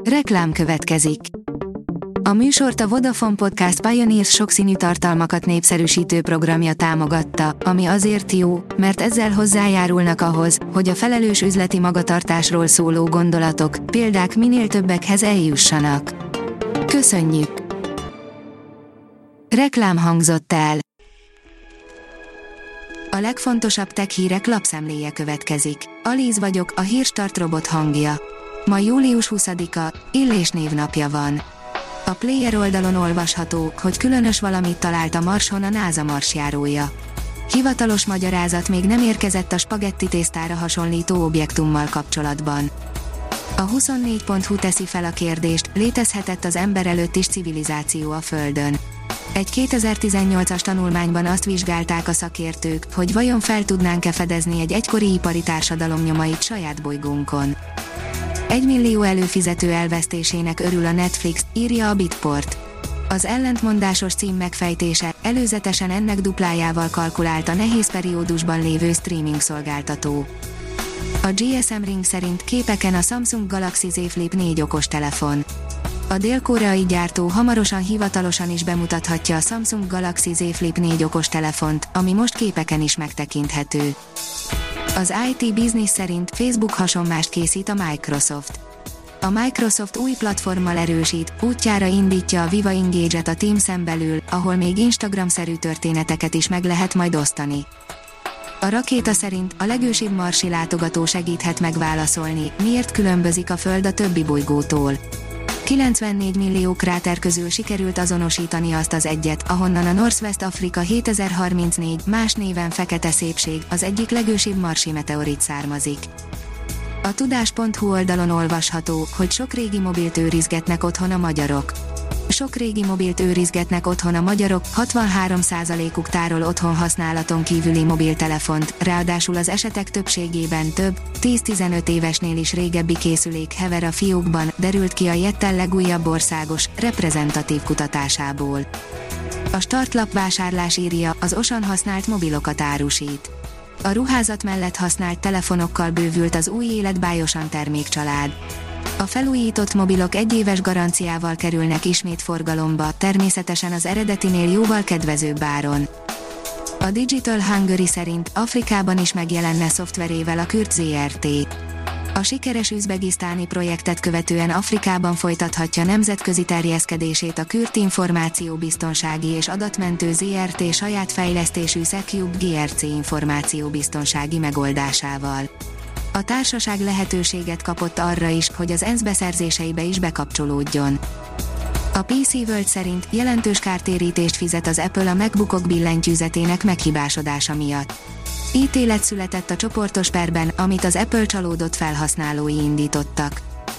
Reklám következik. A műsort a Vodafone Podcast Pioneers sokszínű tartalmakat népszerűsítő programja támogatta, ami azért jó, mert ezzel hozzájárulnak ahhoz, hogy a felelős üzleti magatartásról szóló gondolatok, példák minél többekhez eljussanak. Köszönjük! Reklám hangzott el. A legfontosabb tech hírek lapszemléje következik. Alíz vagyok, a Hírstart robot hangja. Ma július 20-a, Illés névnapja van. A Player oldalon olvasható, hogy különös valamit talált a Marson a NASA marsjárója. Hivatalos magyarázat még nem érkezett a spagetti tésztára hasonlító objektummal kapcsolatban. A 24.hu teszi fel a kérdést, létezhetett az ember előtt is civilizáció a Földön. Egy 2018-as tanulmányban azt vizsgálták a szakértők, hogy vajon fel tudnánk-e fedezni egy egykori ipari társadalom nyomait saját bolygónkon. 1 millió előfizető elvesztésének örül a Netflix, írja a Bitport. Az ellentmondásos cím megfejtése, előzetesen ennek duplájával kalkulált a nehéz periódusban lévő streaming szolgáltató. A GSM Ring szerint képeken a Samsung Galaxy Z Flip 4 okostelefon. A dél-koreai gyártó hamarosan hivatalosan is bemutathatja a Samsung Galaxy Z Flip 4 okostelefont, ami most képeken is megtekinthető. Az IT Business szerint Facebook hasonmást készít a Microsoft. A Microsoft új platformmal erősít, útjára indítja a Viva Engage-et a Teams-en belül, ahol még Instagram-szerű történeteket is meg lehet majd osztani. A rakéta szerint a legősibb marsi látogató segíthet megválaszolni, miért különbözik a Föld a többi bolygótól. 94 millió kráter közül sikerült azonosítani azt az egyet, ahonnan a Northwest Africa 7034, más néven Fekete Szépség, az egyik legősibb marsi meteorit származik. A tudás.hu oldalon olvasható, hogy sok régi mobilt őrizgetnek otthon a magyarok. Sok régi mobilt őrizgetnek otthon a magyarok, 63%-uk tárol otthon használaton kívüli mobiltelefont, ráadásul az esetek többségében több, 10-15 évesnél is régebbi készülék hever a fiókban, derült ki a Jettel legújabb országos, reprezentatív kutatásából. A startlap vásárlás írja, az Osan használt mobilokat árusít. A ruházat mellett használt telefonokkal bővült az új életbájosan termékcsalád. A felújított mobilok egyéves garanciával kerülnek ismét forgalomba, természetesen az eredetinél jóval kedvezőbb áron. A Digital Hungary szerint Afrikában is megjelenne szoftverével a Kürt Zrt. A sikeres üzbegisztáni projektet követően Afrikában folytathatja nemzetközi terjeszkedését a Kürt információbiztonsági és adatmentő Zrt. Saját fejlesztésű Secube GRC információbiztonsági megoldásával. A társaság lehetőséget kapott arra is, hogy az ENSZ beszerzéseibe is bekapcsolódjon. A PC World szerint jelentős kártérítést fizet az Apple a MacBookok billentyűzetének meghibásodása miatt. Ítélet született a csoportos perben, amit az Apple csalódott felhasználói indítottak.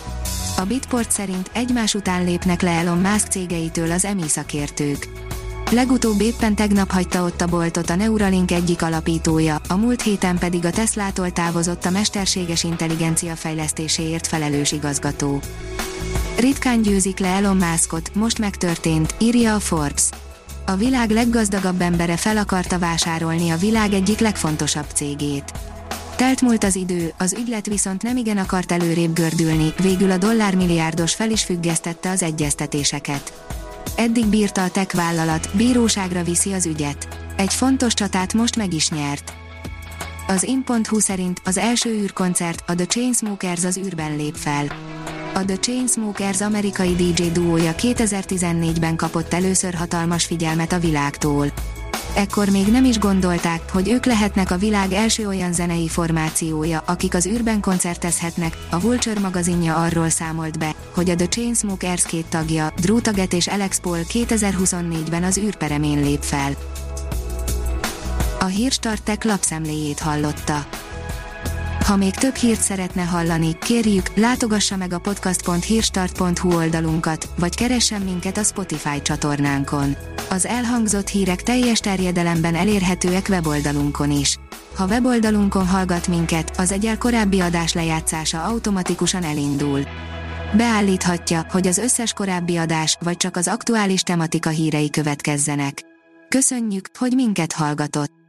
A Bitport szerint egymás után lépnek le Elon Musk cégeitől az EMI szakértők. Legutóbb éppen tegnap hagyta ott a boltot a Neuralink egyik alapítója, a múlt héten pedig a Teslától távozott a mesterséges intelligencia fejlesztéséért felelős igazgató. Ritkán győzik le Elon Muskot, most megtörtént, írja a Forbes. A világ leggazdagabb embere fel akarta vásárolni a világ egyik legfontosabb cégét. Telt múlt az idő, az ügylet viszont nemigen akart előrébb gördülni, végül a dollármilliárdos fel is függesztette az egyeztetéseket. Eddig bírta a tech vállalat, bíróságra viszi az ügyet. Egy fontos csatát most meg is nyert. Az in.hu szerint az első űrkoncert, a The Chainsmokers az űrben lép fel. A The Chainsmokers amerikai DJ duója 2014-ben kapott először hatalmas figyelmet a világtól. Ekkor még nem is gondolták, hogy ők lehetnek a világ első olyan zenei formációja, akik az űrben koncertezhetnek. A Vulture magazinja arról számolt be, hogy a The Chainsmokers két tagja, Drew Taggett és Alex Paul 2024-ben az űrperemén lép fel. A Hírstart Tech lapszemléjét hallotta. Ha még több hírt szeretne hallani, kérjük, látogassa meg a podcast.hírstart.hu oldalunkat, vagy keressen minket a Spotify csatornánkon. Az elhangzott hírek teljes terjedelemben elérhetőek weboldalunkon is. Ha weboldalunkon hallgat minket, az egyel korábbi adás lejátszása automatikusan elindul. Beállíthatja, hogy az összes korábbi adás, vagy csak az aktuális tematika hírei következzenek. Köszönjük, hogy minket hallgatott!